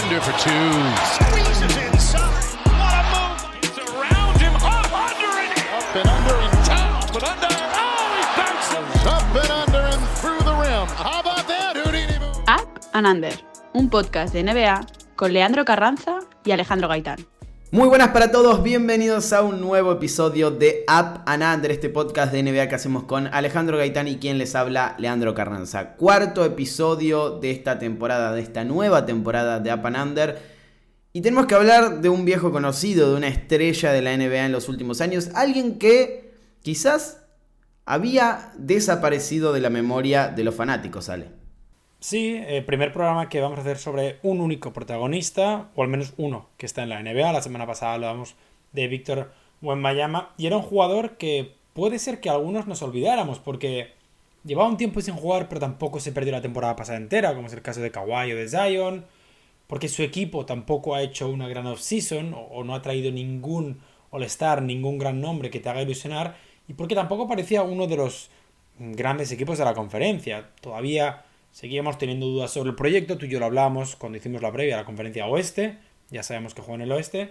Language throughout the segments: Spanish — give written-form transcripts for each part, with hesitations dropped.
under for two. Squeezes inside. What a move. It's around him. Up under and up and under and down. But under. Oh, he bounces. Up and under and through the rim. How about that, Houdini? Up and Under, un podcast de NBA con Leandro Carranza y Alejandro Gaitán. Muy buenas para todos, bienvenidos a un nuevo episodio de Up and Under, este podcast de NBA que hacemos con Alejandro Gaitán y quien les habla, Leandro Carranza. Cuarto episodio de esta temporada, de esta nueva temporada de Up and Under. Y tenemos que hablar de un viejo conocido, de una estrella de la NBA en los últimos años. Alguien que quizás había desaparecido de la memoria de los fanáticos, Ale. Sí, primer programa que vamos a hacer sobre un único protagonista, o al menos uno que está en la NBA. La semana pasada hablábamos de Víctor Wembanyama y era un jugador que puede ser que algunos nos olvidáramos porque llevaba un tiempo sin jugar, pero tampoco se perdió la temporada pasada entera, como es el caso de Kawhi o de Zion, porque su equipo tampoco ha hecho una gran off-season o no ha traído ningún All-Star, ningún gran nombre que te haga ilusionar, y porque tampoco parecía uno de los grandes equipos de la conferencia. Todavía seguíamos teniendo dudas sobre el proyecto. Tú y yo lo hablábamos cuando hicimos la previa a la conferencia oeste. Ya sabemos que juega en el oeste.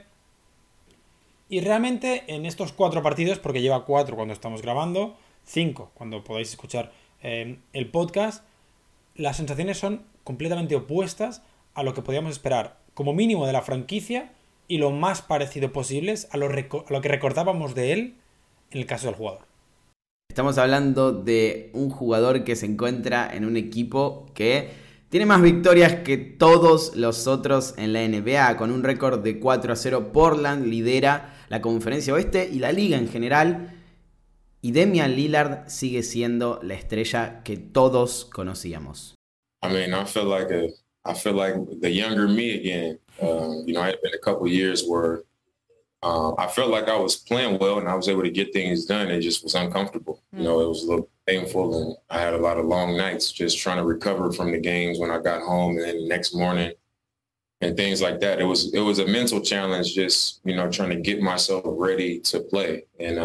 Y realmente en estos 4 partidos, porque lleva 4 cuando estamos grabando, 5 cuando podáis escuchar el podcast, las sensaciones son completamente opuestas a lo que podíamos esperar, como mínimo de la franquicia, y lo más parecido posibles a lo que recordábamos de él en el caso del jugador. Estamos hablando de un jugador que se encuentra en un equipo que tiene más victorias que todos los otros en la NBA. Con un récord de 4-0, Portland lidera la conferencia oeste y la liga en general. Y Damian Lillard sigue siendo la estrella que todos conocíamos. I mean, I feel like the younger me again. I had been a couple years where I felt like I was playing well and I was able to get things done. It just was uncomfortable. It was a little painful, and I had a lot of long nights just trying to recover from the games when I got home and then the next morning and things like that. It was a mental challenge, just, trying to get myself ready to play. And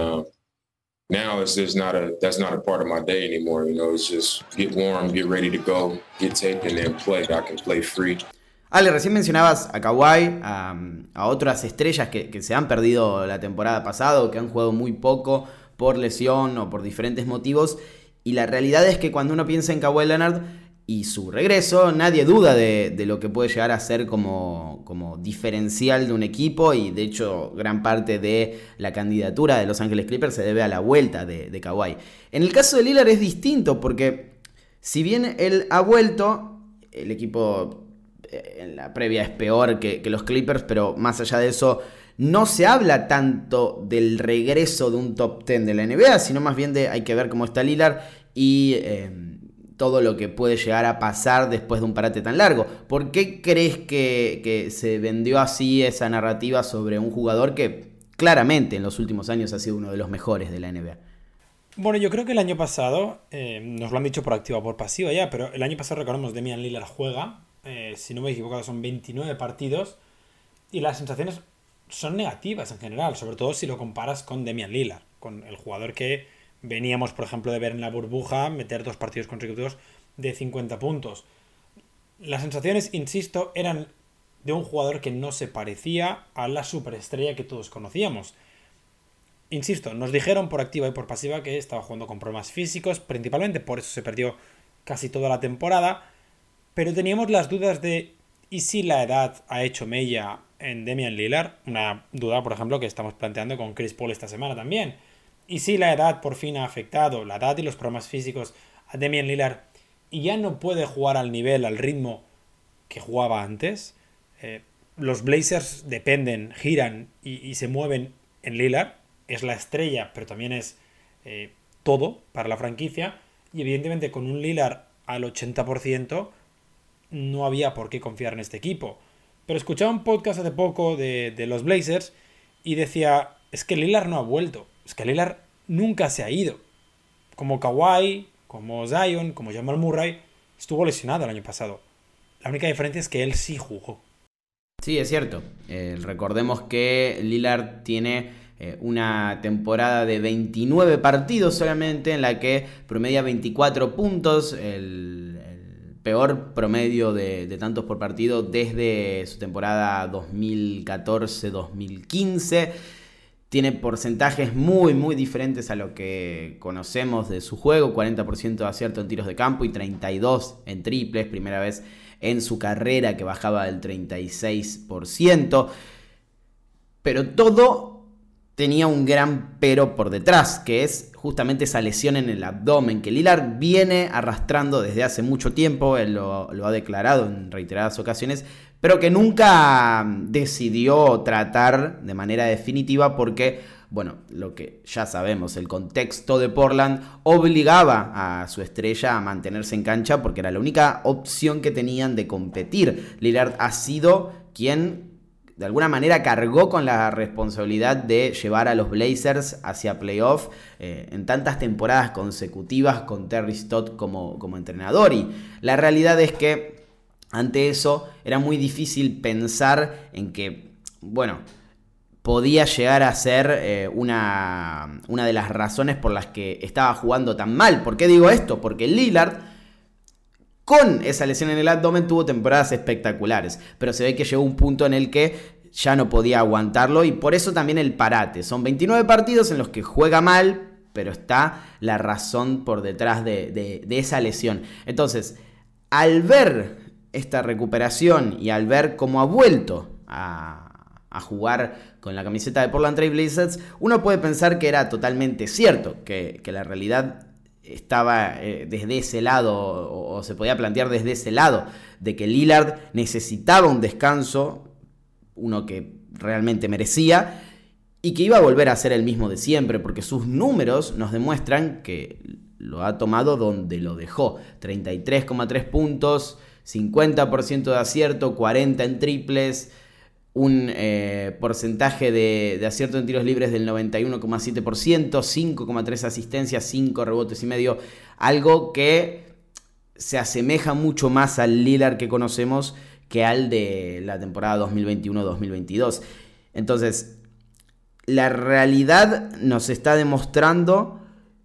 now that's not a part of my day anymore. It's just get warm, get ready to go, get taped, and then play. I can play free. Ale, recién mencionabas a Kawhi, a otras estrellas que se han perdido la temporada pasada o que han jugado muy poco por lesión o por diferentes motivos. Y la realidad es que cuando uno piensa en Kawhi Leonard y su regreso, nadie duda de lo que puede llegar a ser como diferencial de un equipo. Y de hecho, gran parte de la candidatura de Los Ángeles Clippers se debe a la vuelta de Kawhi. En el caso de Lillard es distinto porque si bien él ha vuelto, el equipo en la previa es peor que los Clippers, pero más allá de eso no se habla tanto del regreso de un top 10 de la NBA, sino más bien hay que ver cómo está Lillard y todo lo que puede llegar a pasar después de un parate tan largo. ¿Por qué crees que se vendió así esa narrativa sobre un jugador que claramente en los últimos años ha sido uno de los mejores de la NBA? Bueno, yo creo que el año pasado, nos lo han dicho por activa o por pasiva ya, pero el año pasado, recordemos, Damian Lillard juega, si no me he equivocado, son 29 partidos y las sensaciones son negativas en general, sobre todo si lo comparas con Damian Lillard, con el jugador que veníamos, por ejemplo, de ver en la burbuja meter 2 partidos consecutivos de 50 puntos. Las sensaciones, insisto, eran de un jugador que no se parecía a la superestrella que todos conocíamos. Insisto, nos dijeron por activa y por pasiva que estaba jugando con problemas físicos, principalmente por eso se perdió casi toda la temporada. Pero teníamos las dudas de ¿y si la edad ha hecho mella en Damian Lillard? Una duda, por ejemplo, que estamos planteando con Chris Paul esta semana también. ¿Y si la edad por fin ha afectado, la edad y los problemas físicos, a Damian Lillard y ya no puede jugar al nivel, al ritmo que jugaba antes? Los Blazers dependen, giran y se mueven en Lillard. Es la estrella, pero también es todo para la franquicia. Y evidentemente con un Lillard al 80%... no había por qué confiar en este equipo. Pero escuchaba un podcast hace poco de los Blazers y decía, es que Lillard no ha vuelto, es que Lillard nunca se ha ido. Como Kawhi, como Zion, como Jamal Murray, estuvo lesionado el año pasado. La única diferencia es que él sí jugó. Sí, es cierto. Recordemos que Lillard tiene una temporada de 29 partidos solamente en la que promedia 24 puntos, el peor promedio de tantos por partido desde su temporada 2014-2015. Tiene porcentajes muy, muy diferentes a lo que conocemos de su juego. 40% de acierto en tiros de campo y 32% en triples. Primera vez en su carrera que bajaba del 36%. Pero todo tenía un gran pero por detrás, que es justamente esa lesión en el abdomen que Lillard viene arrastrando desde hace mucho tiempo. Él lo ha declarado en reiteradas ocasiones, pero que nunca decidió tratar de manera definitiva porque, bueno, lo que ya sabemos, el contexto de Portland obligaba a su estrella a mantenerse en cancha porque era la única opción que tenían de competir. Lillard ha sido quien de alguna manera cargó con la responsabilidad de llevar a los Blazers hacia playoff en tantas temporadas consecutivas con Terry Stotts como entrenador. Y la realidad es que ante eso era muy difícil pensar en que, bueno, podía llegar a ser una de las razones por las que estaba jugando tan mal. ¿Por qué digo esto? Porque Lillard, con esa lesión en el abdomen, tuvo temporadas espectaculares, pero se ve que llegó un punto en el que ya no podía aguantarlo y por eso también el parate. Son 29 partidos en los que juega mal, pero está la razón por detrás de esa lesión. Entonces, al ver esta recuperación y al ver cómo ha vuelto a jugar con la camiseta de Portland Trail Blazers, uno puede pensar que era totalmente cierto, que la realidad estaba desde ese lado, o se podía plantear desde ese lado, de que Lillard necesitaba un descanso, uno que realmente merecía, y que iba a volver a ser el mismo de siempre, porque sus números nos demuestran que lo ha tomado donde lo dejó. 33,3 puntos, 50% de acierto, 40 en triples, un porcentaje de acierto en tiros libres del 91,7%, 5,3 asistencias, 5 rebotes y medio, algo que se asemeja mucho más al Lillard que conocemos que al de la temporada 2021-2022. Entonces, la realidad nos está demostrando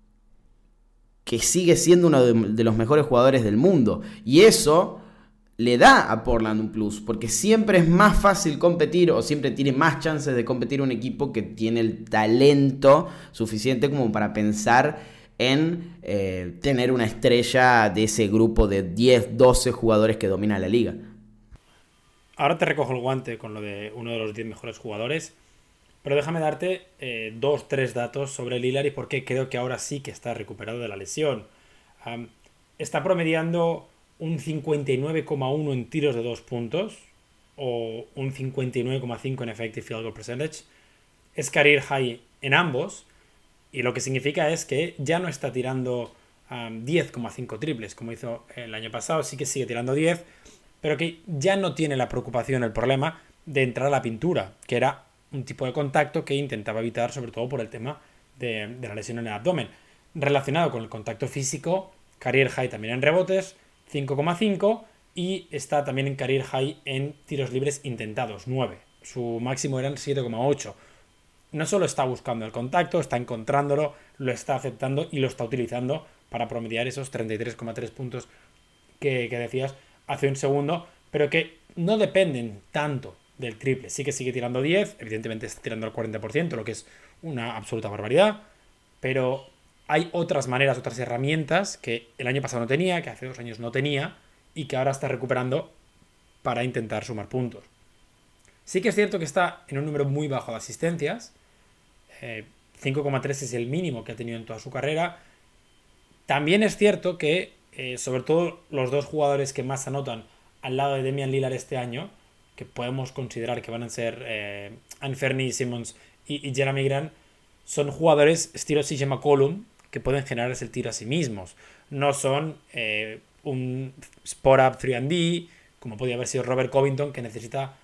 que sigue siendo uno de los mejores jugadores del mundo, y eso le da a Portland un plus, porque siempre es más fácil competir, o siempre tiene más chances de competir un equipo que tiene el talento suficiente como para pensar en tener una estrella de ese grupo de 10, 12 jugadores que domina la liga. Ahora te recojo el guante con lo de uno de los 10 mejores jugadores, pero déjame darte 2-3 datos sobre Lillard y por qué creo que ahora sí que está recuperado de la lesión. Está promediando un 59,1 en tiros de 2 puntos o un 59,5 en effective field goal percentage. Es career high en ambos, y lo que significa es que ya no está tirando 10,5 triples como hizo el año pasado. Sí que sigue tirando 10, pero que ya no tiene la preocupación, el problema de entrar a la pintura, que era un tipo de contacto que intentaba evitar, sobre todo por el tema de la lesión en el abdomen. Relacionado con el contacto físico, career high también en rebotes, 5,5, y está también en career high en tiros libres intentados, 9. Su máximo eran 7,8. No solo está buscando el contacto, está encontrándolo, lo está aceptando y lo está utilizando para promediar esos 33,3 puntos que decías hace un segundo, pero que no dependen tanto del triple. Sí que sigue tirando 10, evidentemente está tirando al 40%, lo que es una absoluta barbaridad, pero hay otras maneras, otras herramientas que el año pasado no tenía, que hace 2 años no tenía, y que ahora está recuperando para intentar sumar puntos. Sí que es cierto que está en un número muy bajo de asistencias, 5,3 es el mínimo que ha tenido en toda su carrera. También es cierto que, sobre todo los dos jugadores que más anotan al lado de Damian Lillard este año, que podemos considerar que van a ser Anthony Simons y Jeremy Grant, son jugadores estilo CJ McCollum que pueden generarse el tiro a sí mismos. No son un spot-up 3&D, como podía haber sido Robert Covington, que necesita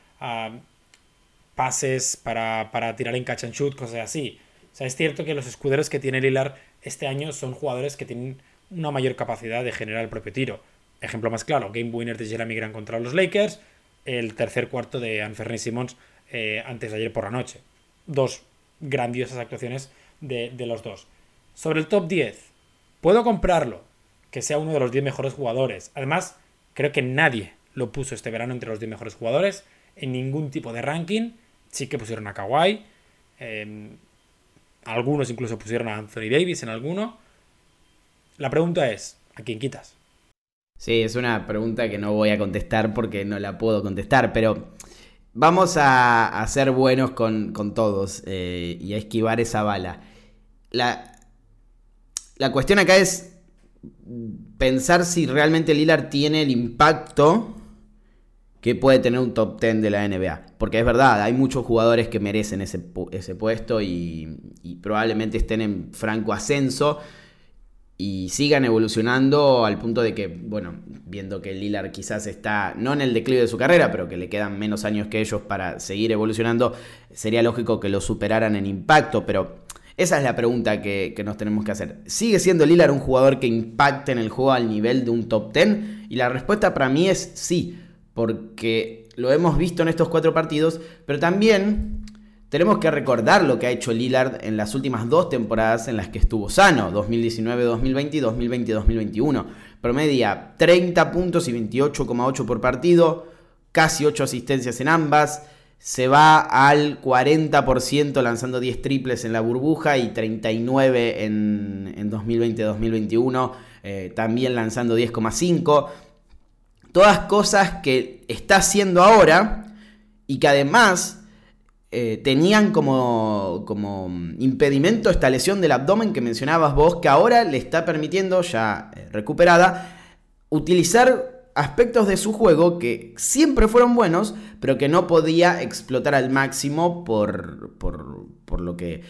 pases para tirar en catch and shoot, cosas así. O sea, es cierto que los escuderos que tiene Lillard este año son jugadores que tienen una mayor capacidad de generar el propio tiro. Ejemplo más claro, game winner de Jeremy Grant contra los Lakers, el tercer cuarto de Anthony Simons antes de ayer por la noche. 2 grandiosas actuaciones de los dos. Sobre el top 10, puedo comprarlo, que sea uno de los 10 mejores jugadores. Además, Creo que nadie lo puso este verano entre los 10 mejores jugadores en ningún tipo de ranking. Sí que pusieron a Kawhi, algunos incluso pusieron a Anthony Davis en alguno. La pregunta es, ¿a quién quitas? Sí, es una pregunta que no voy a contestar porque no la puedo contestar, pero vamos a ser buenos con todos y a esquivar esa bala. La cuestión acá es pensar si realmente Lillard tiene el impacto que puede tener un top 10 de la NBA. Porque es verdad, hay muchos jugadores que merecen ese puesto y probablemente estén en franco ascenso y sigan evolucionando al punto de que, bueno, viendo que Lillard quizás está no en el declive de su carrera, pero que le quedan menos años que ellos para seguir evolucionando, sería lógico que lo superaran en impacto, pero esa es la pregunta que nos tenemos que hacer. ¿Sigue siendo Lillard un jugador que impacte en el juego al nivel de un top 10? Y la respuesta para mí es sí, porque lo hemos visto en estos 4 partidos, pero también tenemos que recordar lo que ha hecho Lillard en las últimas 2 temporadas en las que estuvo sano, 2019-2020 y 2020-2021. Promedia 30 puntos y 28,8 por partido, casi 8 asistencias en ambas. Se va al 40% lanzando 10 triples en la burbuja y 39 en 2020-2021, también lanzando 10,5. Todas cosas que está haciendo ahora y que además tenían como impedimento esta lesión del abdomen que mencionabas vos, que ahora le está permitiendo, ya recuperada, utilizar aspectos de su juego que siempre fueron buenos, pero que no podía explotar al máximo por lo que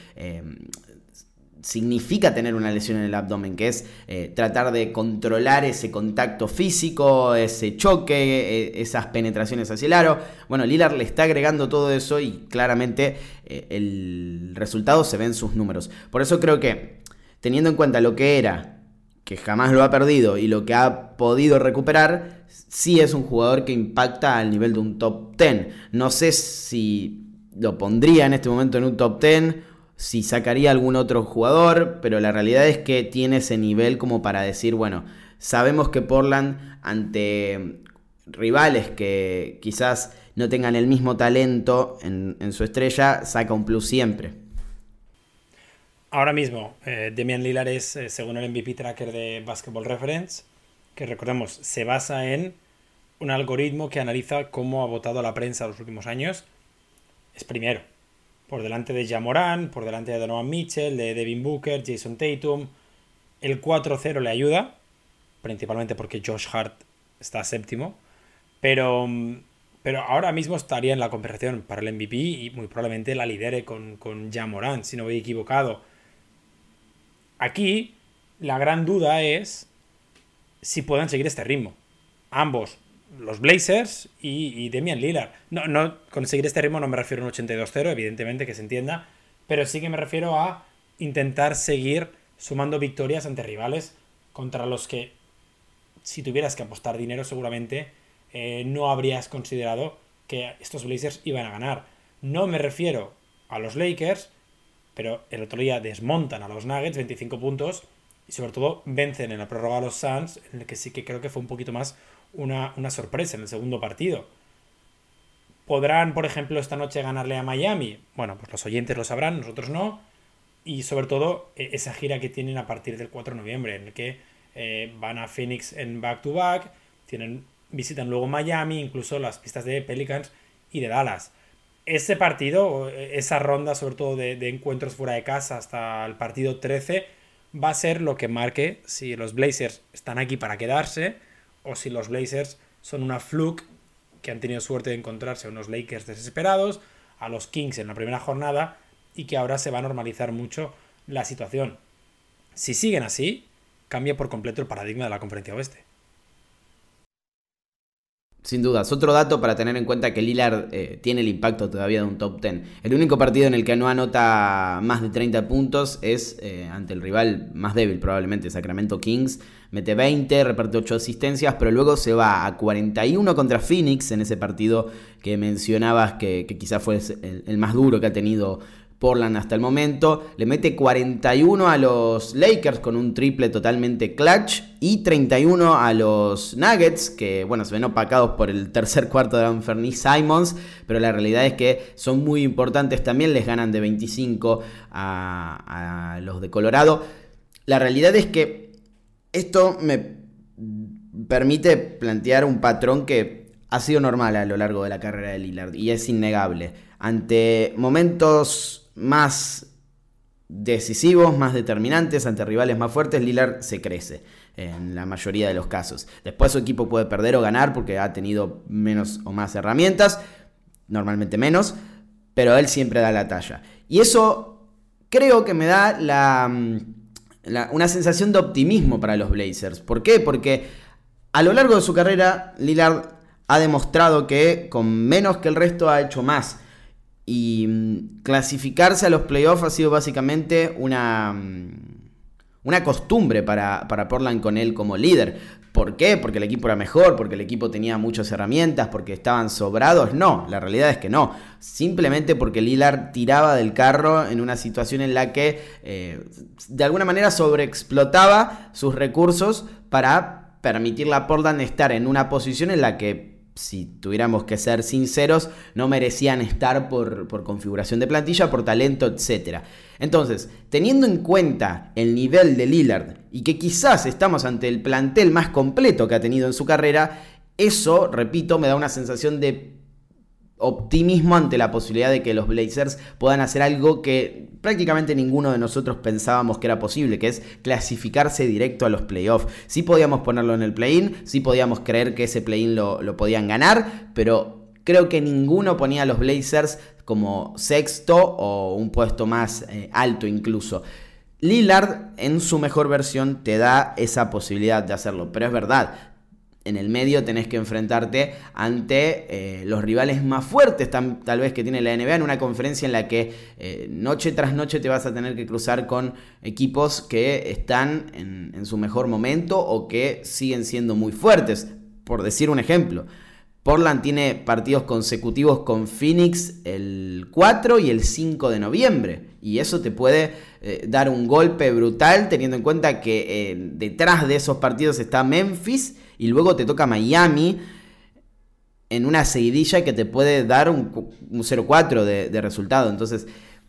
significa tener una lesión en el abdomen, que es tratar de controlar ese contacto físico, ese choque, esas penetraciones hacia el aro. Bueno, Lillard le está agregando todo eso y claramente el resultado se ve en sus números. Por eso creo que, teniendo en cuenta lo que era, que jamás lo ha perdido, y lo que ha podido recuperar, sí es un jugador que impacta al nivel de un top 10. No sé si lo pondría en este momento en un top 10, si sacaría algún otro jugador, pero la realidad es que tiene ese nivel como para decir, bueno, sabemos que Portland, ante rivales que quizás no tengan el mismo talento en su estrella, saca un plus siempre. Ahora mismo, Damian Lillard es, según el MVP Tracker de Basketball Reference, que recordemos, se basa en un algoritmo que analiza cómo ha votado la prensa los últimos años, es primero. Por delante de Ja Morant, por delante de Donovan Mitchell, de Devin Booker, Jason Tatum. El 4-0 le ayuda, principalmente porque Josh Hart está séptimo, pero ahora mismo estaría en la conversación para el MVP y muy probablemente la lidere con Ja Morant, si no me he equivocado. Aquí la gran duda es si pueden seguir este ritmo. Ambos, los Blazers y Damian Lillard. No, con seguir este ritmo no me refiero a un 82-0, evidentemente, que se entienda, pero sí que me refiero a intentar seguir sumando victorias ante rivales contra los que, si tuvieras que apostar dinero, seguramente no habrías considerado que estos Blazers iban a ganar. No me refiero a los Lakers, pero el otro día desmontan a los Nuggets, 25 puntos, y sobre todo vencen en la prórroga a los Suns, en el que sí que creo que fue un poquito más una sorpresa en el segundo partido. ¿Podrán, por ejemplo, esta noche ganarle a Miami? Bueno, pues los oyentes lo sabrán, nosotros no. Y sobre todo esa gira que tienen a partir del 4 de noviembre, en el que van a Phoenix en back-to-back, visitan luego Miami, incluso las pistas de Pelicans y de Dallas. Ese partido, esa ronda sobre todo de encuentros fuera de casa hasta el partido 13, va a ser lo que marque si los Blazers están aquí para quedarse o si los Blazers son una fluke que han tenido suerte de encontrarse a unos Lakers desesperados, a los Kings en la primera jornada y que ahora se va a normalizar mucho la situación. Si siguen así, cambia por completo el paradigma de la Conferencia Oeste. Sin dudas, otro dato para tener en cuenta que Lillard tiene el impacto todavía de un top 10. El único partido en el que no anota más de 30 puntos es ante el rival más débil, probablemente Sacramento Kings. Mete 20, reparte 8 asistencias, pero luego se va a 41 contra Phoenix en ese partido que mencionabas que quizás fue el más duro que ha tenido Portland hasta el momento. Le mete 41 a los Lakers con un triple totalmente clutch y 31 a los Nuggets, que bueno, se ven opacados por el tercer cuarto de Anthony Simons, pero la realidad es que son muy importantes también. Les ganan de 25 a los de Colorado. La realidad es que esto me permite plantear un patrón que ha sido normal a lo largo de la carrera de Lillard y es innegable. Ante momentos más decisivos, más determinantes, ante rivales más fuertes, Lillard se crece en la mayoría de los casos. Después su equipo puede perder o ganar porque ha tenido menos o más herramientas, normalmente menos, pero él siempre da la talla. Y eso creo que me da una sensación de optimismo para los Blazers. ¿Por qué? Porque a lo largo de su carrera, Lillard ha demostrado que con menos que el resto ha hecho más. Y clasificarse a los playoffs ha sido básicamente una costumbre para Portland con él como líder. ¿Por qué? ¿Porque el equipo era mejor? ¿Porque el equipo tenía muchas herramientas? ¿Porque estaban sobrados? No, la realidad es que no. Simplemente porque Lillard tiraba del carro en una situación en la que de alguna manera sobreexplotaba sus recursos para permitirle a Portland estar en una posición en la que, si tuviéramos que ser sinceros, no merecían estar por configuración de plantilla, por talento, etc. Entonces, teniendo en cuenta el nivel de Lillard y que quizás estamos ante el plantel más completo que ha tenido en su carrera, eso, repito, me da una sensación de optimismo ante la posibilidad de que los Blazers puedan hacer algo que prácticamente ninguno de nosotros pensábamos que era posible, que es clasificarse directo a los playoffs. Sí podíamos ponerlo en el play-in, sí podíamos creer que ese play-in lo podían ganar, pero creo que ninguno ponía a los Blazers como sexto o un puesto más alto incluso. Lillard en su mejor versión te da esa posibilidad de hacerlo, pero es verdad. En el medio tenés que enfrentarte ante los rivales más fuertes tal vez que tiene la NBA, en una conferencia en la que noche tras noche te vas a tener que cruzar con equipos que están en su mejor momento o que siguen siendo muy fuertes. Por decir un ejemplo, Portland tiene partidos consecutivos con Phoenix el 4 y el 5 de noviembre. Y eso te puede dar un golpe brutal teniendo en cuenta que detrás de esos partidos está Memphis y luego te toca Miami en una seguidilla que te puede dar un 0-4 de resultado. Entonces,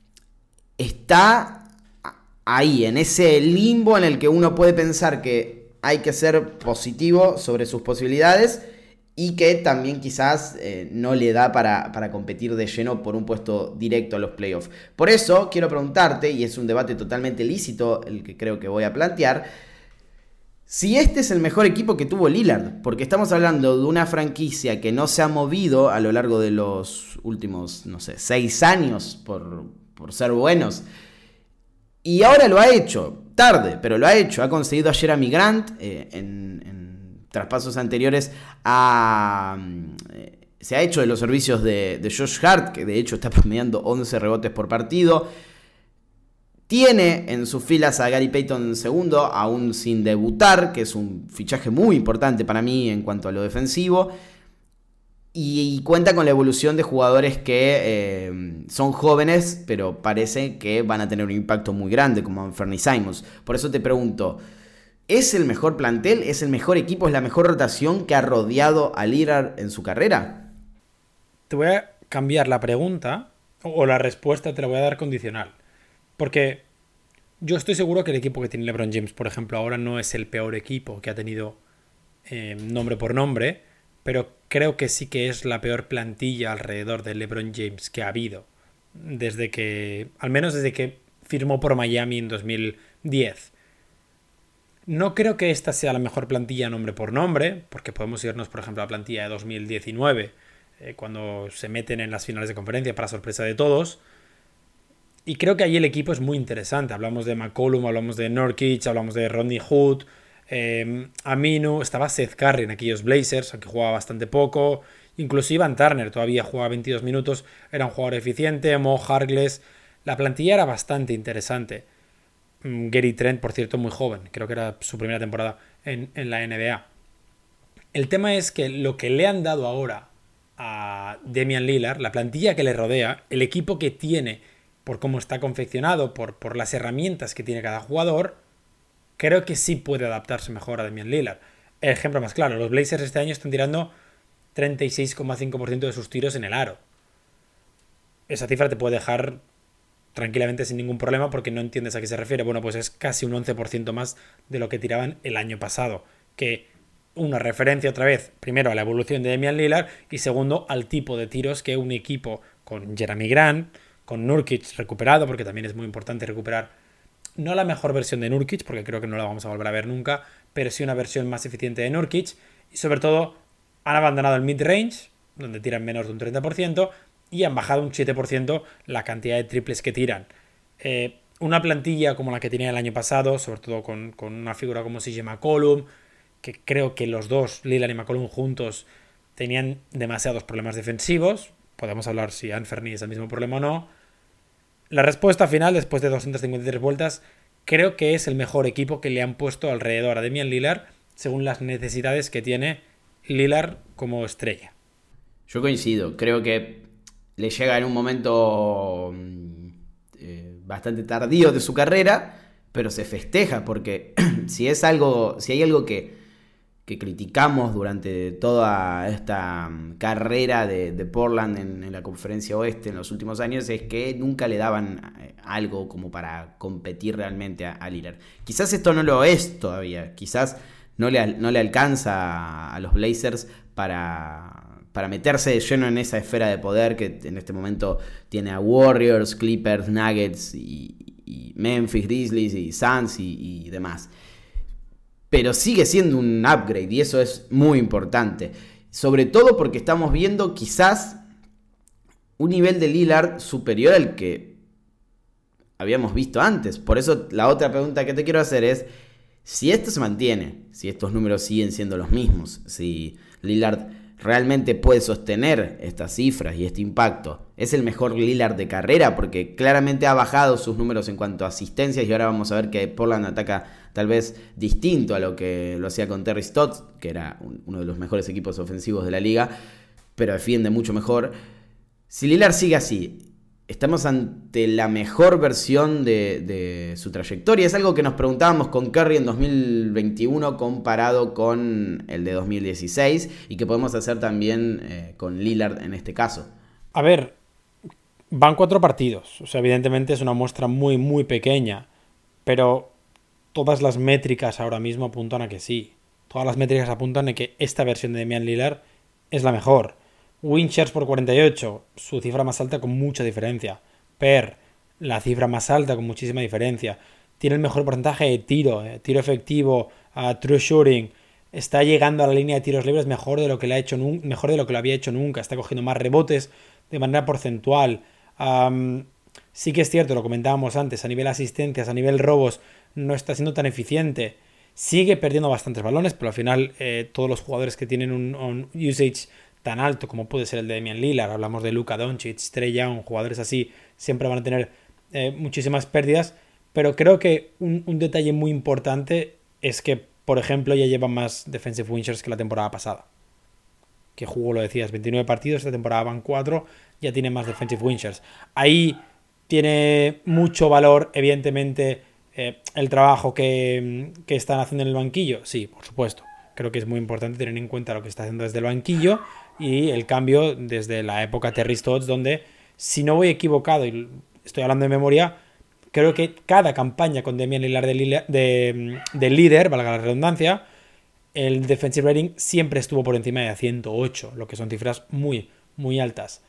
está ahí, en ese limbo en el que uno puede pensar que hay que ser positivo sobre sus posibilidades y que también quizás no le da para competir de lleno por un puesto directo a los playoffs. Por eso quiero preguntarte, y es un debate totalmente lícito el que creo que voy a plantear, si este es el mejor equipo que tuvo Lillard, porque estamos hablando de una franquicia que no se ha movido a lo largo de los últimos, 6 años por ser buenos. Y ahora lo ha hecho, tarde, pero lo ha hecho. Ha conseguido a Jerami Grant en traspasos anteriores. Se ha hecho de los servicios de Josh Hart, que de hecho está promediando 11 rebotes por partido. Tiene en sus filas a Gary Payton II, aún sin debutar, que es un fichaje muy importante para mí en cuanto a lo defensivo. Y cuenta con la evolución de jugadores que son jóvenes, pero parece que van a tener un impacto muy grande, como Anthony Simons. Por eso te pregunto, ¿es el mejor plantel? ¿Es el mejor equipo? ¿Es la mejor rotación que ha rodeado a Lillard en su carrera? Te voy a cambiar la pregunta, o la respuesta te la voy a dar condicional. Porque yo estoy seguro que el equipo que tiene LeBron James, por ejemplo, ahora no es el peor equipo que ha tenido nombre por nombre, pero creo que sí que es la peor plantilla alrededor de LeBron James que ha habido al menos desde que firmó por Miami en 2010. No creo que esta sea la mejor plantilla nombre por nombre, porque podemos irnos, por ejemplo, a la plantilla de 2019, cuando se meten en las finales de conferencia para sorpresa de todos. Y creo que ahí el equipo es muy interesante. Hablamos de McCollum, hablamos de Nurkic, hablamos de Rodney Hood, Aminu, estaba Seth Curry en aquellos Blazers, aunque jugaba bastante poco. Incluso Ivan Turner todavía jugaba 22 minutos, era un jugador eficiente. Mo Harkless, la plantilla era bastante interesante. Gary Trent, por cierto, muy joven, creo que era su primera temporada en la NBA. El tema es que lo que le han dado ahora a Damian Lillard, la plantilla que le rodea, el equipo que tiene por cómo está confeccionado, por las herramientas que tiene cada jugador, creo que sí puede adaptarse mejor a Damian Lillard. El ejemplo más claro, los Blazers este año están tirando 36,5% de sus tiros en el aro. Esa cifra te puede dejar tranquilamente sin ningún problema porque no entiendes a qué se refiere. Bueno, pues es casi un 11% más de lo que tiraban el año pasado. Que una referencia otra vez, primero a la evolución de Damian Lillard y segundo al tipo de tiros que un equipo con Jerami Grant, con Nurkic recuperado, porque también es muy importante recuperar no la mejor versión de Nurkic, porque creo que no la vamos a volver a ver nunca, pero sí una versión más eficiente de Nurkic, y sobre todo han abandonado el mid-range, donde tiran menos de un 30%, y han bajado un 7% la cantidad de triples que tiran. Una plantilla como la que tenía el año pasado, sobre todo con una figura como CJ McCollum, que creo que los dos, Lillard y McCollum juntos, tenían demasiados problemas defensivos. Podemos hablar si Anthony es el mismo problema o no. La respuesta final, después de 253 vueltas, creo que es el mejor equipo que le han puesto alrededor a Damian Lillard, según las necesidades que tiene Lillard como estrella. Yo coincido, creo que le llega en un momento bastante tardío de su carrera, pero se festeja porque si hay algo que criticamos durante toda esta carrera de Portland en la conferencia oeste en los últimos años es que nunca le daban algo como para competir realmente a Lillard. Quizás esto no lo es todavía, quizás no le alcanza a los Blazers para meterse de lleno en esa esfera de poder que en este momento tiene a Warriors, Clippers, Nuggets y Memphis, Grizzlies y Suns y demás. Pero sigue siendo un upgrade y eso es muy importante. Sobre todo porque estamos viendo quizás un nivel de Lillard superior al que habíamos visto antes. Por eso la otra pregunta que te quiero hacer es si esto se mantiene, si estos números siguen siendo los mismos, si Lillard realmente puede sostener estas cifras y este impacto. Es el mejor Lillard de carrera porque claramente ha bajado sus números en cuanto a asistencias y ahora vamos a ver que Portland ataca tal vez distinto a lo que lo hacía con Terry Stotts, que era uno de los mejores equipos ofensivos de la liga, pero defiende mucho mejor. Si Lillard sigue así, estamos ante la mejor versión de su trayectoria. Es algo que nos preguntábamos con Curry en 2021 comparado con el de 2016 y que podemos hacer también con Lillard en este caso. A ver, van 4 partidos. O sea, evidentemente es una muestra muy, muy pequeña, pero todas las métricas ahora mismo apuntan a que sí. Todas las métricas apuntan a que esta versión de Damian Lillard es la mejor. Win shares por 48, su cifra más alta con mucha diferencia. Per, la cifra más alta con muchísima diferencia. Tiene el mejor porcentaje de tiro efectivo, true shooting. Está llegando a la línea de tiros libres mejor de lo que lo había hecho nunca. Está cogiendo más rebotes de manera porcentual. Sí que es cierto, lo comentábamos antes, a nivel asistencias, a nivel robos, no está siendo tan eficiente. Sigue perdiendo bastantes balones, pero al final todos los jugadores que tienen un usage tan alto como puede ser el de Damian Lillard, hablamos de Luka Doncic, Trae Young, jugadores así, siempre van a tener muchísimas pérdidas, pero creo que un detalle muy importante es que, por ejemplo, ya llevan más defensive win shares que la temporada pasada, que jugó, lo decías, 29 partidos, esta temporada van 4, ya tiene más defensive win shares. Ahí tiene mucho valor, evidentemente, el trabajo que están haciendo en el banquillo, sí, por supuesto. Creo que es muy importante tener en cuenta lo que está haciendo desde el banquillo y el cambio desde la época Terry Stotts, donde, si no voy equivocado, y estoy hablando de memoria, creo que cada campaña con Damian Lillard de líder, valga la redundancia, el defensive rating siempre estuvo por encima de 108, lo que son cifras muy, muy altas.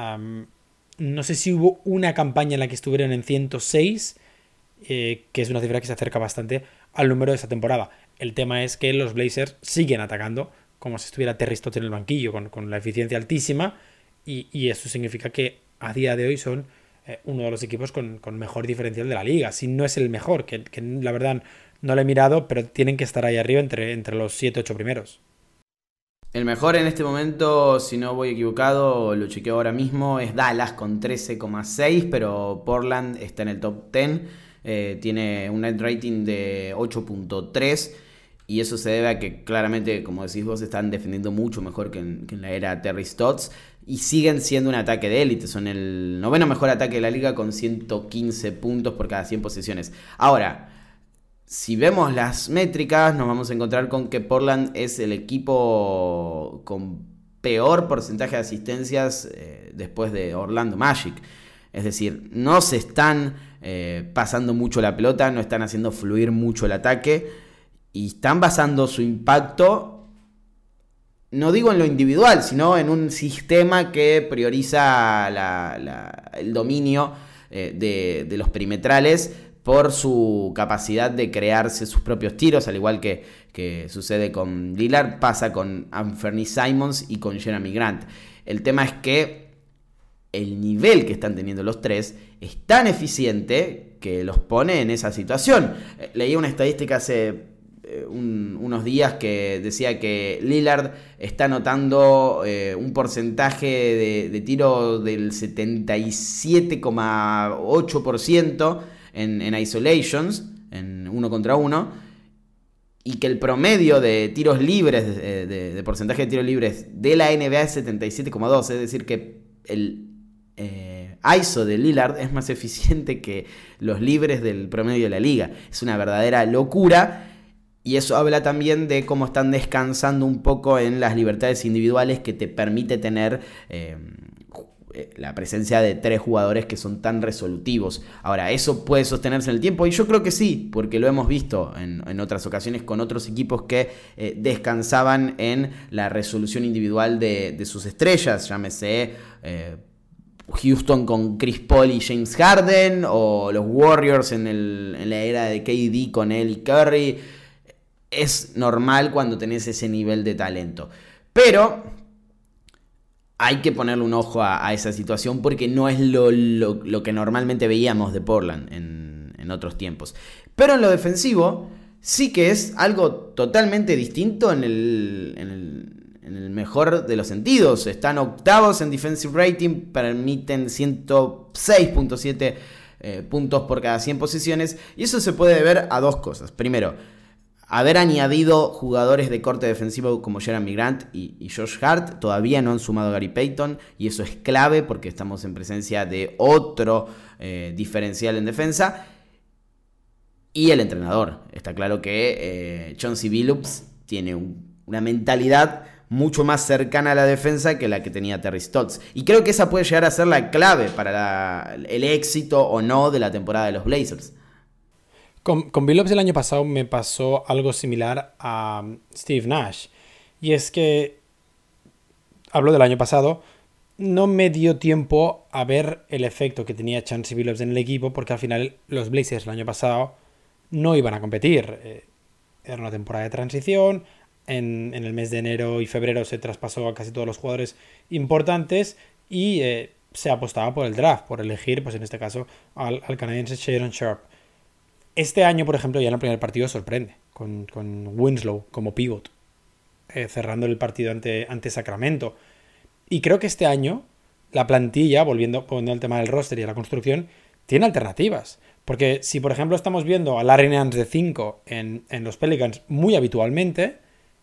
No sé si hubo una campaña en la que estuvieron en 106, que es una cifra que se acerca bastante al número de esta temporada. El tema es que los Blazers siguen atacando como si estuviera Terry Stotts en el banquillo, con la eficiencia altísima, y eso significa que a día de hoy son uno de los equipos con mejor diferencial de la liga. Si no es el mejor, que la verdad no lo he mirado, pero tienen que estar ahí arriba entre los 7-8 primeros. El mejor en este momento, si no voy equivocado, lo chequeo ahora mismo, es Dallas con 13,6, pero Portland está en el top 10, tiene un net rating de 8.3 y eso se debe a que claramente, como decís vos, están defendiendo mucho mejor que en la era Terry Stotts y siguen siendo un ataque de élite. Son el 9º mejor ataque de la liga con 115 puntos por cada 100 posesiones. Ahora, si vemos las métricas, nos vamos a encontrar con que Portland es el equipo con peor porcentaje de asistencias después de Orlando Magic. Es decir, no se están pasando mucho la pelota, no están haciendo fluir mucho el ataque y están basando su impacto, no digo en lo individual, sino en un sistema que prioriza el dominio de los perimetrales por su capacidad de crearse sus propios tiros, al igual que sucede con Lillard, pasa con Anthony Simons y con Jeremy Grant. El tema es que el nivel que están teniendo los tres es tan eficiente que los pone en esa situación. Leí una estadística hace unos días que decía que Lillard está anotando un porcentaje de tiro del 77,8% en isolations, en 1 contra 1, y que el promedio de tiros libres, de porcentaje de tiros libres de la NBA es 77,2, es decir que el ISO de Lillard es más eficiente que los libres del promedio de la liga. Es una verdadera locura. Y eso habla también de cómo están descansando un poco en las libertades individuales que te permite tener la presencia de 3 jugadores que son tan resolutivos. Ahora, ¿eso puede sostenerse en el tiempo? Y yo creo que sí, porque lo hemos visto en otras ocasiones con otros equipos que descansaban en la resolución individual de sus estrellas, llámese Houston con Chris Paul y James Harden, o los Warriors en la era de KD con él y Curry. Es normal cuando tenés ese nivel de talento. Pero hay que ponerle un ojo a esa situación porque no es lo que normalmente veíamos de Portland en otros tiempos. Pero en lo defensivo sí que es algo totalmente distinto en el mejor de los sentidos. Están octavos en defensive rating, permiten 106.7 puntos por cada 100 posesiones. Y eso se puede deber a 2 cosas. Primero, haber añadido jugadores de corte defensivo como Jeremy Grant y Josh Hart. Todavía no han sumado a Gary Payton y eso es clave porque estamos en presencia de otro diferencial en defensa. Y el entrenador. Está claro que Chauncey Billups tiene una mentalidad mucho más cercana a la defensa que la que tenía Terry Stotts. Y creo que esa puede llegar a ser la clave para el éxito o no de la temporada de los Blazers. Con Billups el año pasado me pasó algo similar a Steve Nash. Y es que, hablo del año pasado, no me dio tiempo a ver el efecto que tenía Chauncey Billups en el equipo, porque al final los Blazers el año pasado no iban a competir. Era una temporada de transición. En el mes de enero y febrero se traspasó a casi todos los jugadores importantes y se apostaba por el draft, por elegir, pues en este caso, al canadiense Shaedon Sharpe. Este año, por ejemplo, ya en el primer partido sorprende, con Winslow como pivot, cerrando el partido ante Sacramento. Y creo que este año la plantilla, volviendo al tema del roster y a la construcción, tiene alternativas. Porque si, por ejemplo, estamos viendo a Larry Nance de 5 en los Pelicans muy habitualmente,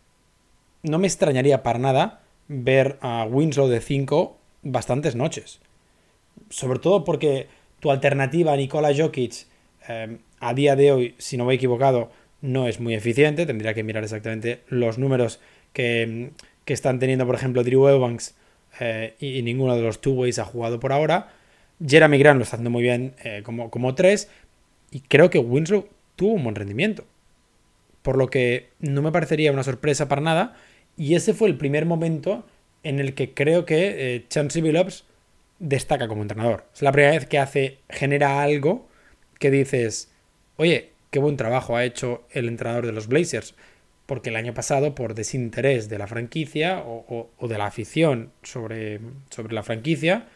no me extrañaría para nada ver a Winslow de 5 bastantes noches. Sobre todo porque tu alternativa a Nikola Jokic a día de hoy, si no me he equivocado, no es muy eficiente. Tendría que mirar exactamente los números que están teniendo, por ejemplo, Drew Eubanks y ninguno de los two-ways ha jugado por ahora. Jeremy Grant lo está haciendo muy bien como 3 y creo que Winslow tuvo un buen rendimiento. Por lo que no me parecería una sorpresa para nada y ese fue el primer momento en el que creo que Chauncey Billups destaca como entrenador. Es la primera vez que genera algo que dices, oye, qué buen trabajo ha hecho el entrenador de los Blazers, porque el año pasado, por desinterés de la franquicia o de la afición sobre la franquicia,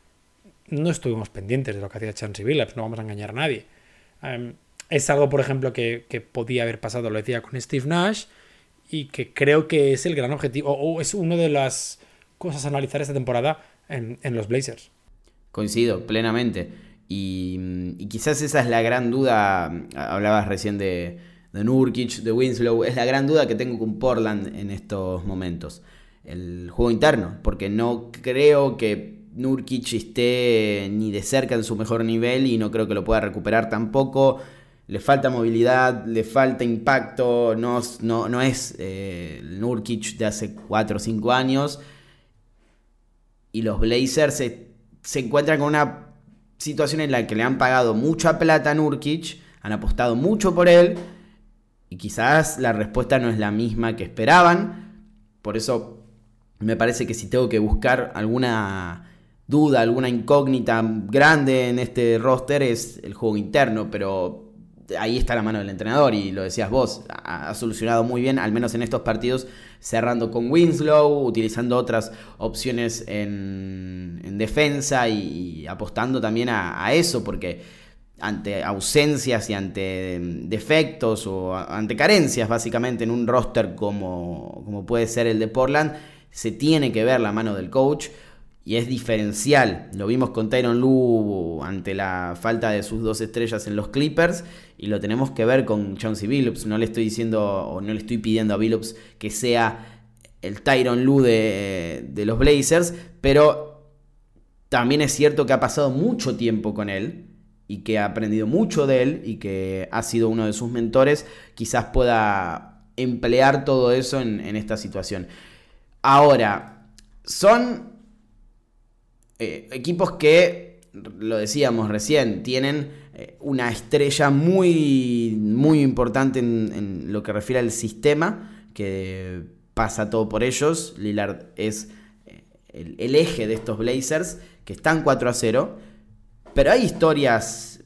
no estuvimos pendientes de lo que hacía Chauncey Billups, no vamos a engañar a nadie. Es algo, por ejemplo, que podía haber pasado, lo decía, con Steve Nash, y que creo que es el gran objetivo, o es una de las cosas a analizar esta temporada en los Blazers. Coincido plenamente. Y quizás esa es la gran duda. Hablabas recién de Nurkic, de Winslow. Es la gran duda que tengo con Portland en estos momentos. el juego interno, porque no creo que Nurkic esté ni de cerca en su mejor nivel y no creo que lo pueda recuperar tampoco. Le falta movilidad, le falta impacto, no es el Nurkic de hace 4 o 5 años. Y los Blazers se encuentran con una situación en la que le han pagado mucha plata a Nurkic, han apostado mucho por él, y quizás la respuesta no es la misma que esperaban. Por eso me parece que si tengo que buscar alguna duda, alguna incógnita grande en este roster, es el juego interno, pero ahí está la mano del entrenador, y lo decías vos, ha solucionado muy bien, al menos en estos partidos, cerrando con Winslow, utilizando otras opciones en defensa y apostando también a eso, porque ante ausencias y ante defectos o ante carencias básicamente en un roster como puede ser el de Portland, se tiene que ver la mano del coach. Y es diferencial. Lo vimos con Tyronn Lue ante la falta de sus 2 estrellas en los Clippers. Y lo tenemos que ver con Chauncey Billups. No le estoy diciendo o no le estoy pidiendo a Billups que sea el Tyronn Lue de los Blazers. Pero también es cierto que ha pasado mucho tiempo con él. Y que ha aprendido mucho de él. Y que ha sido uno de sus mentores. Quizás pueda emplear todo eso en esta situación. Ahora, son equipos que, lo decíamos recién, tienen una estrella muy, muy importante en lo que refiere al sistema, que pasa todo por ellos. Lillard es el eje de estos Blazers, que están 4-0, pero hay historias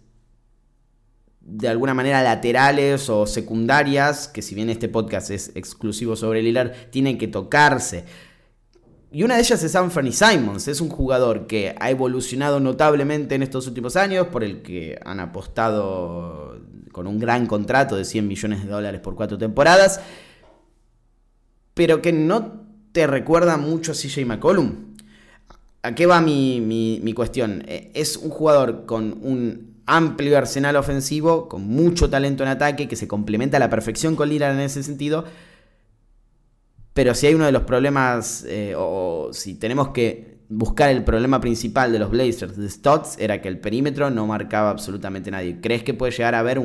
de alguna manera laterales o secundarias, que si bien este podcast es exclusivo sobre Lillard, tienen que tocarse. Y una de ellas es Anthony Simons. Es un jugador que ha evolucionado notablemente en estos últimos años, por el que han apostado con un gran contrato de $100 millones por 4 temporadas, pero que no te recuerda mucho a CJ McCollum. ¿A qué va mi cuestión? Es un jugador con un amplio arsenal ofensivo, con mucho talento en ataque, que se complementa a la perfección con Lillard en ese sentido. Pero si hay uno de los problemas, o si tenemos que buscar el problema principal de los Blazers de Stotts, era que el perímetro no marcaba absolutamente nadie. ¿Crees que puede llegar a haber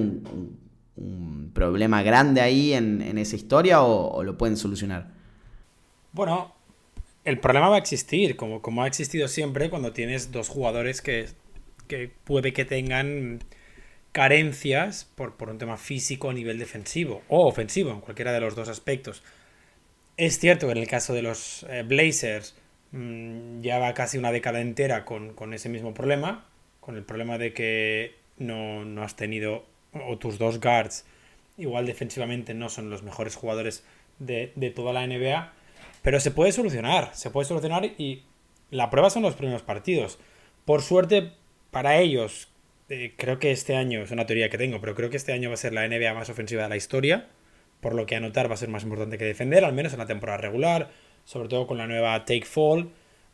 un problema grande ahí en esa historia, o lo pueden solucionar? Bueno, el problema va a existir, como ha existido siempre cuando tienes 2 jugadores que puede que tengan carencias por un tema físico a nivel defensivo o ofensivo, en cualquiera de los 2 aspectos. Es cierto que en el caso de los Blazers ya va casi una década entera con ese mismo problema, con el problema de que no has tenido, o tus 2 guards igual defensivamente no son los mejores jugadores de toda la NBA, pero se puede solucionar y la prueba son los primeros partidos. Por suerte para ellos, creo que este año, es una teoría que tengo, pero creo que este año va a ser la NBA más ofensiva de la historia, por lo que anotar va a ser más importante que defender, al menos en la temporada regular, sobre todo con la nueva Take Fall.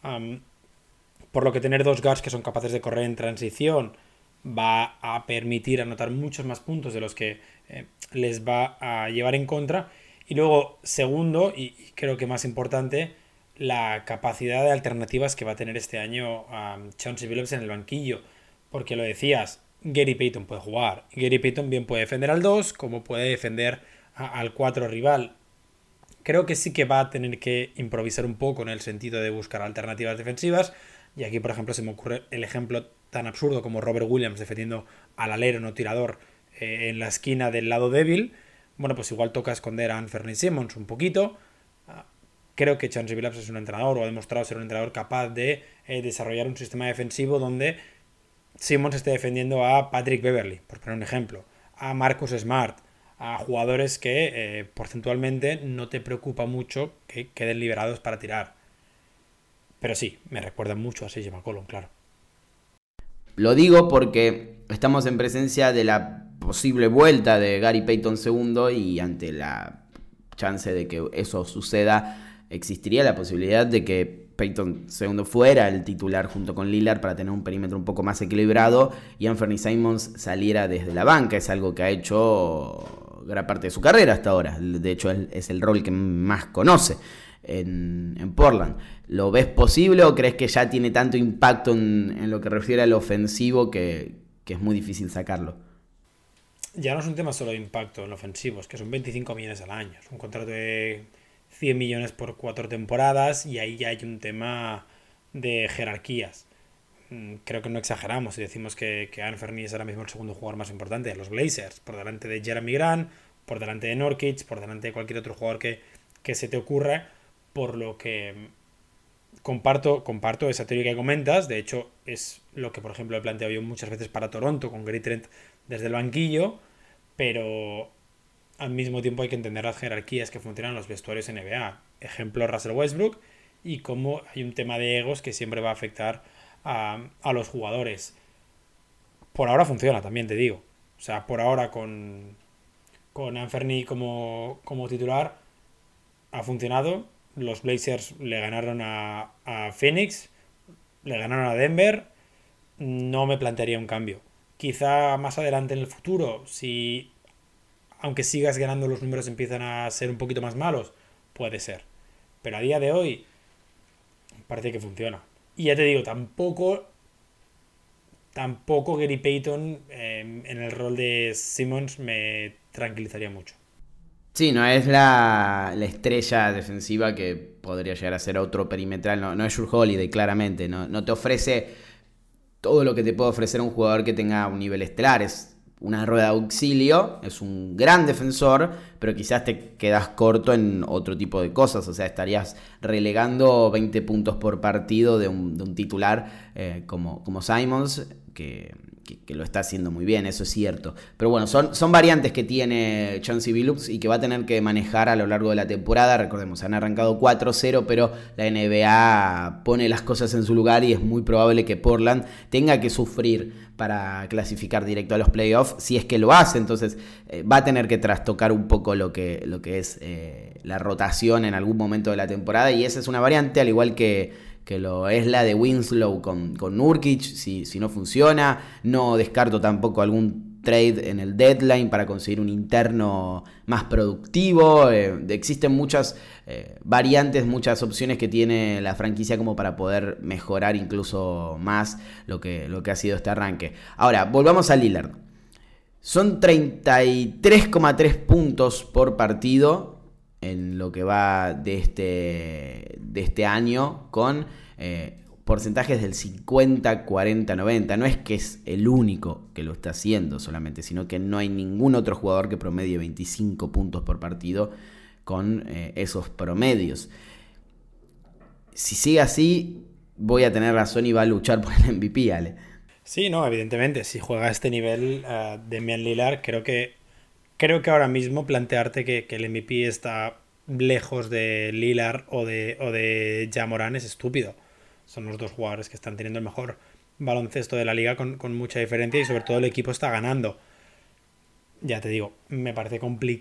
Por lo que tener 2 guards que son capaces de correr en transición va a permitir anotar muchos más puntos de los que les va a llevar en contra. Y luego, segundo, y creo que más importante, la capacidad de alternativas que va a tener este año Chauncey Billups en el banquillo. Porque lo decías, Gary Payton puede jugar. Gary Payton bien puede defender al 2, como puede defender al 4 rival. Creo que sí que va a tener que improvisar un poco en el sentido de buscar alternativas defensivas. Y aquí, por ejemplo, se me ocurre el ejemplo tan absurdo como Robert Williams defendiendo al alero no tirador en la esquina del lado débil. Bueno, pues igual toca esconder a Anthony Simons un poquito. Creo que Chauncey Billups es un entrenador, o ha demostrado ser un entrenador capaz de desarrollar un sistema defensivo donde Simons esté defendiendo a Patrick Beverley, por poner un ejemplo, a Marcus Smart, a jugadores que porcentualmente no te preocupa mucho que queden liberados para tirar. Pero sí, me recuerda mucho a CJ McCollum, claro. Lo digo porque estamos en presencia de la posible vuelta de Gary Payton II, y ante la chance de que eso suceda, existiría la posibilidad de que Payton II fuera el titular junto con Lillard para tener un perímetro un poco más equilibrado y Anthony Simons saliera desde la banca. Es algo que ha hecho gran parte de su carrera hasta ahora. De hecho, es el rol que más conoce. en Portland. ¿Lo ves posible o crees que ya tiene tanto impacto en lo que refiere al ofensivo que es muy difícil sacarlo? Ya no es un tema solo de impacto en lo ofensivo, es que son 25 millones al año. Es un contrato de 100 millones por 4 temporadas y ahí ya hay un tema de jerarquías. Creo que no exageramos si decimos que Anthony es ahora mismo el segundo jugador más importante de los Blazers, por delante de Jeremy Grant, por delante de Nurkic, por delante de cualquier otro jugador que se te ocurra, por lo que comparto esa teoría que comentas. De hecho, es lo que, por ejemplo, he planteado yo muchas veces para Toronto, con Gary Trent desde el banquillo, pero al mismo tiempo hay que entender las jerarquías que funcionan en los vestuarios NBA. Ejemplo, Russell Westbrook, y cómo hay un tema de egos que siempre va a afectar a los jugadores. Por ahora funciona, también te digo. O sea, por ahora con Anthony como titular ha funcionado. Los Blazers le ganaron a Phoenix, le ganaron a Denver. No me plantearía un cambio. Quizá más adelante en el futuro, si aunque sigas ganando los números empiezan a ser un poquito más malos, puede ser. Pero a día de hoy parece que funciona. Y ya te digo, tampoco Gary Payton en el rol de Simmons me tranquilizaría mucho. Sí, no es la estrella defensiva que podría llegar a ser otro perimetral. No es Jrue Holiday, claramente. No te ofrece todo lo que te puede ofrecer un jugador que tenga un nivel estelar. Es una rueda de auxilio, es un gran defensor, pero quizás te quedas corto en otro tipo de cosas. O sea, estarías relegando 20 puntos por partido de un titular como Simons, que lo está haciendo muy bien, eso es cierto. Pero bueno, son variantes que tiene Chauncey Billups y que va a tener que manejar a lo largo de la temporada. Recordemos, han arrancado 4-0, pero la NBA pone las cosas en su lugar y es muy probable que Portland tenga que sufrir para clasificar directo a los playoffs. Si es que lo hace, entonces va a tener que trastocar un poco lo que es la rotación en algún momento de la temporada, y esa es una variante, al igual que lo es la de Winslow con Nurkic. Si no funciona, no descarto tampoco algún trade en el deadline para conseguir un interno más productivo. Existen muchas variantes, muchas opciones que tiene la franquicia como para poder mejorar incluso más lo que ha sido este arranque. Ahora, volvamos a Lillard. Son 33,3 puntos por partido en lo que va de este año, con porcentajes del 50, 40, 90. No es que es el único que lo está haciendo solamente, sino que no hay ningún otro jugador que promedie 25 puntos por partido con esos promedios. Si sigue así, voy a tener razón y va a luchar por el MVP, Ale. Sí, no, evidentemente, si juega a este nivel Damian Lillard, creo que ahora mismo plantearte que el MVP está lejos de Lillard o de Ja Morant es estúpido. Son los dos jugadores que están teniendo el mejor baloncesto de la liga con mucha diferencia, y sobre todo el equipo está ganando. Ya te digo, me parece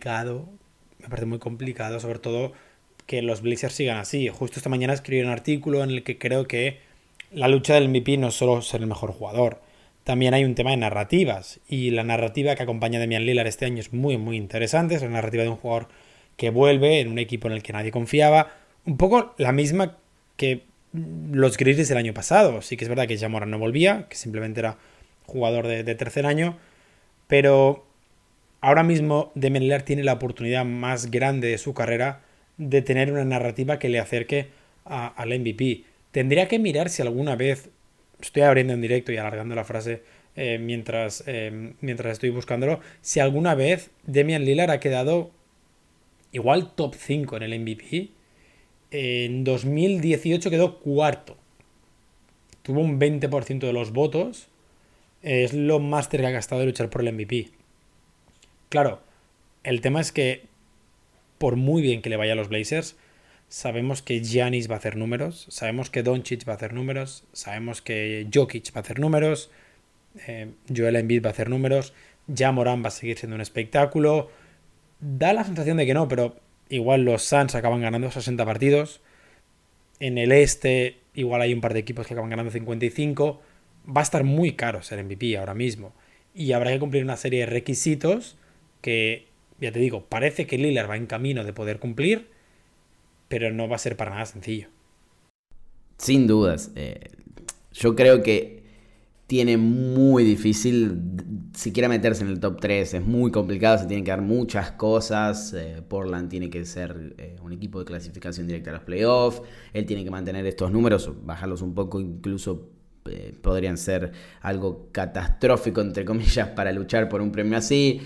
muy complicado, sobre todo que los Blazers sigan así. Justo esta mañana escribí un artículo en el que creo que la lucha del MVP no es solo ser el mejor jugador. También hay un tema de narrativas, y la narrativa que acompaña a Damian Lillard este año es muy, muy interesante. Es la narrativa de un jugador que vuelve en un equipo en el que nadie confiaba, un poco la misma que los Grizzlies del año pasado. Sí que es verdad que Ja Morant no volvía, que simplemente era jugador de tercer año, pero ahora mismo Damian Lillard tiene la oportunidad más grande de su carrera de tener una narrativa que le acerque al MVP. Tendría que mirar si alguna vez, estoy abriendo en directo y alargando la frase mientras estoy buscándolo, si alguna vez Damian Lillard ha quedado igual top 5 en el MVP. En 2018 quedó cuarto. Tuvo un 20% de los votos. Es lo más cerca que ha estado de luchar por el MVP. Claro, el tema es que por muy bien que le vaya a los Blazers, sabemos que Giannis va a hacer números, sabemos que Doncic va a hacer números, sabemos que Jokic va a hacer números, Joel Embiid va a hacer números, Ja Morant va a seguir siendo un espectáculo. Da la sensación de que no, pero igual los Suns acaban ganando 60 partidos. En el este igual hay un par de equipos que acaban ganando 55. Va a estar muy caro ser MVP ahora mismo, y habrá que cumplir una serie de requisitos que, ya te digo, parece que Lillard va en camino de poder cumplir. pero no va a ser para nada sencillo. Sin dudas. Yo creo que tiene muy difícil siquiera meterse en el top 3. Es muy complicado, se tienen que dar muchas cosas. Portland tiene que ser un equipo de clasificación directa a los playoffs. Él tiene que mantener estos números, bajarlos un poco, incluso podrían ser algo catastrófico, entre comillas, para luchar por un premio así.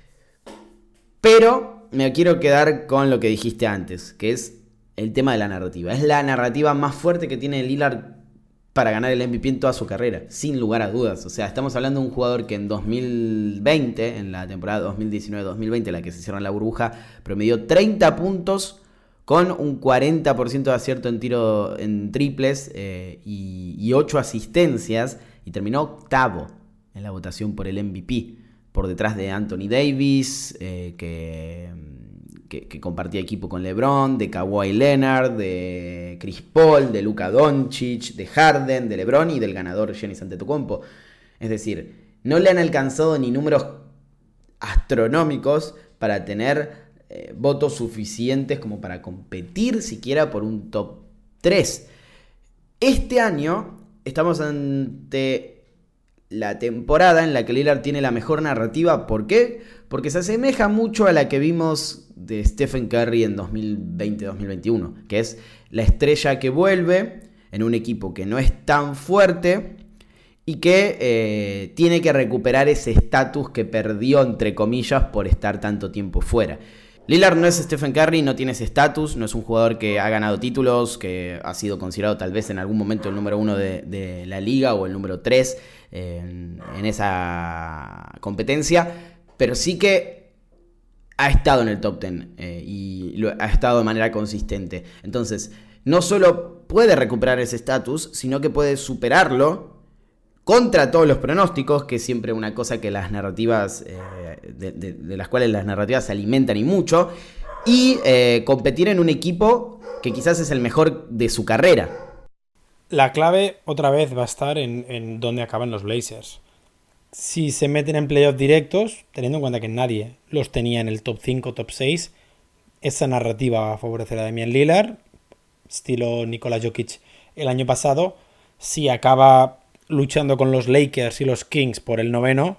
Pero me quiero quedar con lo que dijiste antes, que es el tema de la narrativa. Es la narrativa más fuerte que tiene Lillard para ganar el MVP en toda su carrera, sin lugar a dudas. O sea, estamos hablando de un jugador que en 2020, en la temporada 2019-2020, la que se cierra en la burbuja, promedió 30 puntos con un 40% de acierto en triples y 8 asistencias, y terminó octavo en la votación por el MVP, por detrás de Anthony Davis, que compartía equipo con LeBron, de Kawhi Leonard, de Chris Paul, de Luka Doncic, de Harden, de LeBron y del ganador Giannis Antetokounmpo. Es decir, no le han alcanzado ni números astronómicos para tener votos suficientes como para competir siquiera por un top 3. Este año estamos ante la temporada en la que Lillard tiene la mejor narrativa. ¿Por qué? Porque se asemeja mucho a la que vimos de Stephen Curry en 2020-2021, que es la estrella que vuelve en un equipo que no es tan fuerte y que tiene que recuperar ese estatus que perdió, entre comillas, por estar tanto tiempo fuera. Lillard no es Stephen Curry, no tiene ese estatus, no es un jugador que ha ganado títulos, que ha sido considerado tal vez en algún momento el número 1 de la liga o el número 3 en esa competencia, pero sí que ha estado en el top 10 y ha estado de manera consistente. Entonces, no solo puede recuperar ese estatus, sino que puede superarlo contra todos los pronósticos, que es siempre una cosa que las narrativas, de las cuales las narrativas se alimentan y mucho, y competir en un equipo que quizás es el mejor de su carrera. La clave otra vez va a estar en dónde acaban los Blazers. Si se meten en playoffs directos, teniendo en cuenta que nadie los tenía en el top 5, top 6, esa narrativa va a favorecer a Damian Lillard, estilo Nikola Jokic el año pasado. Si acaba luchando con los Lakers y los Kings por el 9º,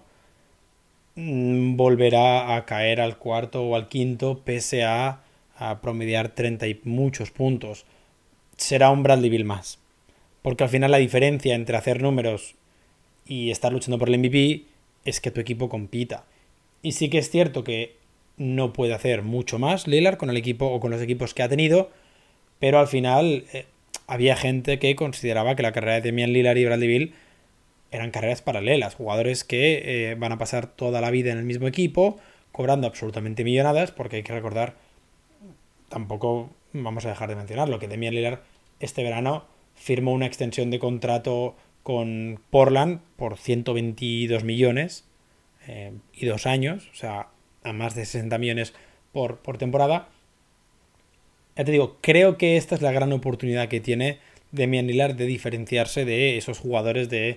volverá a caer al 4º o al 5º, pese a promediar 30 y muchos puntos. Será un Bradley Beal más, porque al final la diferencia entre hacer números y estar luchando por el MVP es que tu equipo compita. Y sí que es cierto que no puede hacer mucho más Lillard con el equipo o con los equipos que ha tenido, pero al final había gente que consideraba que la carrera de Damian Lillard y Bradley Beal eran carreras paralelas, jugadores que van a pasar toda la vida en el mismo equipo, cobrando absolutamente millonadas, porque hay que recordar, tampoco vamos a dejar de mencionarlo, que Damian Lillard este verano firmó una extensión de contrato con Portland por 122 millones y 2 años, o sea, a más de 60 millones por temporada. Ya te digo, creo que esta es la gran oportunidad que tiene Damian Lillard de diferenciarse de esos jugadores de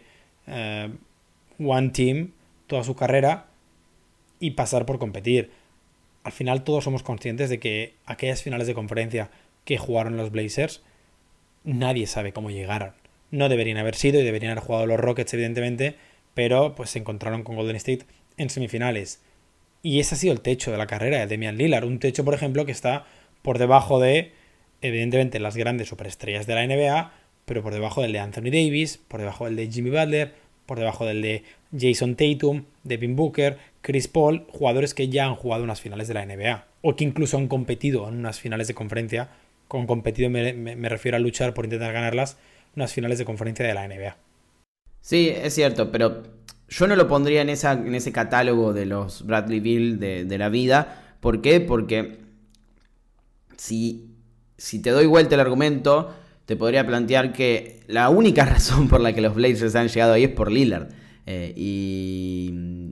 One Team toda su carrera y pasar por competir. Al final todos somos conscientes de que aquellas finales de conferencia que jugaron los Blazers, nadie sabe cómo llegaron. No deberían haber sido y deberían haber jugado los Rockets, evidentemente, pero pues se encontraron con Golden State en semifinales. Y ese ha sido el techo de la carrera de Damian Lillard. Un techo, por ejemplo, que está por debajo de, evidentemente, las grandes superestrellas de la NBA, pero por debajo del de Anthony Davis, por debajo del de Jimmy Butler, por debajo del de Jason Tatum, Devin Booker, Chris Paul, jugadores que ya han jugado unas finales de la NBA, o que incluso han competido en unas finales de conferencia. Con competido me refiero a luchar por intentar ganarlas, unas finales de conferencia de la NBA. Sí, es cierto, pero yo no lo pondría en ese catálogo de los Bradley Beal de la vida. ¿Por qué? Porque si te doy vuelta el argumento, te podría plantear que la única razón por la que los Blazers han llegado ahí es por Lillard. Y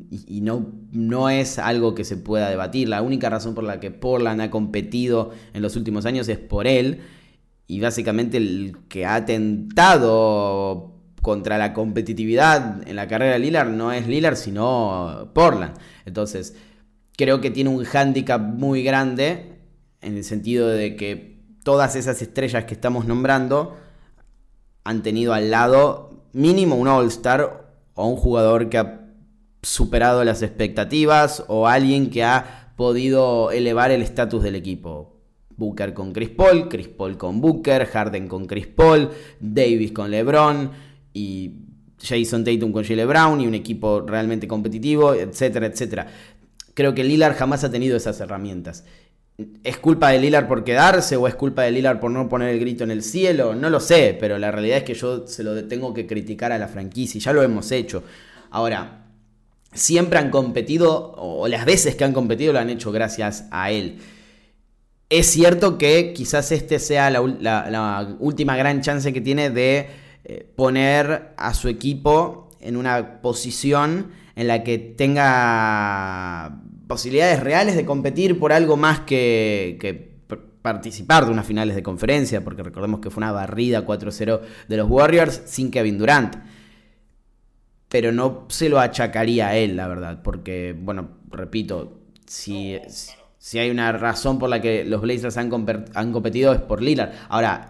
no es algo que se pueda debatir. La única razón por la que Portland ha competido en los últimos años es por él. Y básicamente el que ha atentado contra la competitividad en la carrera de Lillard no es Lillard, sino Portland. Entonces, creo que tiene un hándicap muy grande en el sentido de que todas esas estrellas que estamos nombrando han tenido al lado mínimo un All-Star o un jugador que ha superado las expectativas o alguien que ha podido elevar el estatus del equipo. Booker con Chris Paul con Booker, Harden con Chris Paul, Davis con LeBron y Jason Tatum con Jaylen Brown y un equipo realmente competitivo, etcétera, etcétera. Creo que Lillard jamás ha tenido esas herramientas. ¿Es culpa de Lillard por quedarse o es culpa de Lillard por no poner el grito en el cielo? No lo sé, pero la realidad es que yo se lo tengo que criticar a la franquicia y ya lo hemos hecho. Ahora, siempre han competido, o las veces que han competido lo han hecho gracias a él. Es cierto que quizás este sea la última gran chance que tiene de poner a su equipo en una posición en la que tenga posibilidades reales de competir por algo más que participar de unas finales de conferencia, porque recordemos que fue una barrida 4-0 de los Warriors sin Kevin Durant. Pero no se lo achacaría a él, la verdad, porque, bueno, repito, si hay una razón por la que los Blazers han competido es por Lillard. Ahora,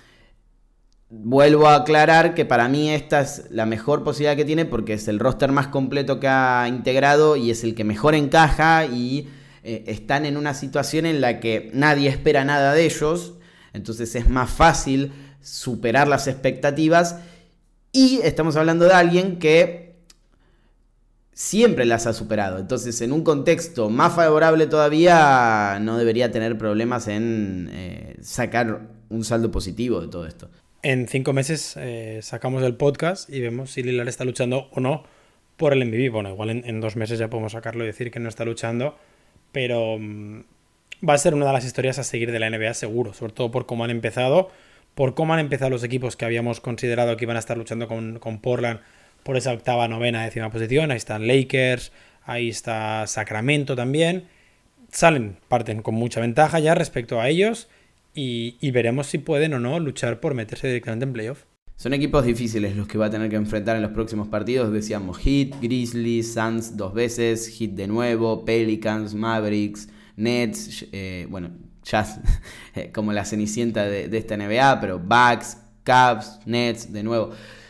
vuelvo a aclarar que para mí esta es la mejor posibilidad que tiene porque es el roster más completo que ha integrado y es el que mejor encaja y están en una situación en la que nadie espera nada de ellos, entonces es más fácil superar las expectativas y estamos hablando de alguien que siempre las ha superado, entonces en un contexto más favorable todavía no debería tener problemas en sacar un saldo positivo de todo esto. En 5 meses sacamos el podcast y vemos si Lillard está luchando o no por el MVP. Bueno, igual en 2 meses ya podemos sacarlo y decir que no está luchando, pero va a ser una de las historias a seguir de la NBA seguro, sobre todo por cómo han empezado, los equipos que habíamos considerado que iban a estar luchando con Portland por esa 8ª, 9ª, 10ª posición. Ahí están Lakers, ahí está Sacramento también. Parten con mucha ventaja ya respecto a ellos. Y veremos si pueden o no luchar por meterse directamente en playoff. Son equipos difíciles los que va a tener que enfrentar en los próximos partidos. Decíamos Heat, Grizzlies, Suns 2 veces, Heat de nuevo, Pelicans, Mavericks, Nets, Jazz como la cenicienta de esta NBA, pero Bucks, Cavs, Nets de nuevo.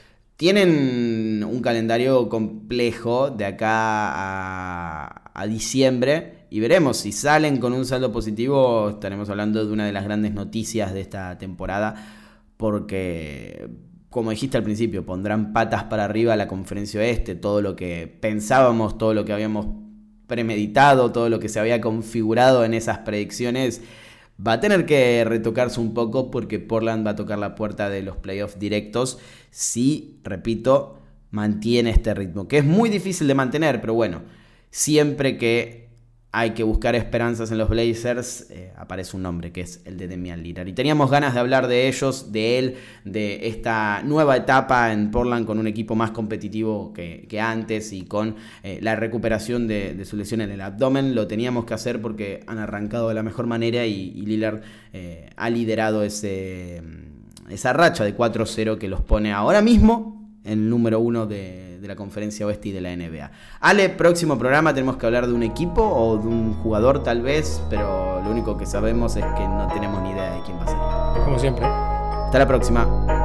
Tienen un calendario complejo de acá a diciembre. Y veremos, si salen con un saldo positivo, estaremos hablando de una de las grandes noticias de esta temporada, porque, como dijiste al principio, pondrán patas para arriba la conferencia oeste, todo lo que pensábamos, todo lo que habíamos premeditado, todo lo que se había configurado en esas predicciones, va a tener que retocarse un poco, porque Portland va a tocar la puerta de los playoffs directos, si, repito, mantiene este ritmo, que es muy difícil de mantener, pero bueno, siempre que hay que buscar esperanzas en los Blazers, aparece un nombre que es el de Damian Lillard. Y teníamos ganas de hablar de ellos, de él, de esta nueva etapa en Portland con un equipo más competitivo que antes y con la recuperación de su lesión en el abdomen. Lo teníamos que hacer porque han arrancado de la mejor manera y Lillard ha liderado esa racha de 4-0 que los pone ahora mismo en el número 1 de la conferencia oeste y de la NBA. Ale, próximo programa tenemos que hablar de un equipo o de un jugador tal vez, pero lo único que sabemos es que no tenemos ni idea de quién va a ser. Como siempre. Hasta la próxima.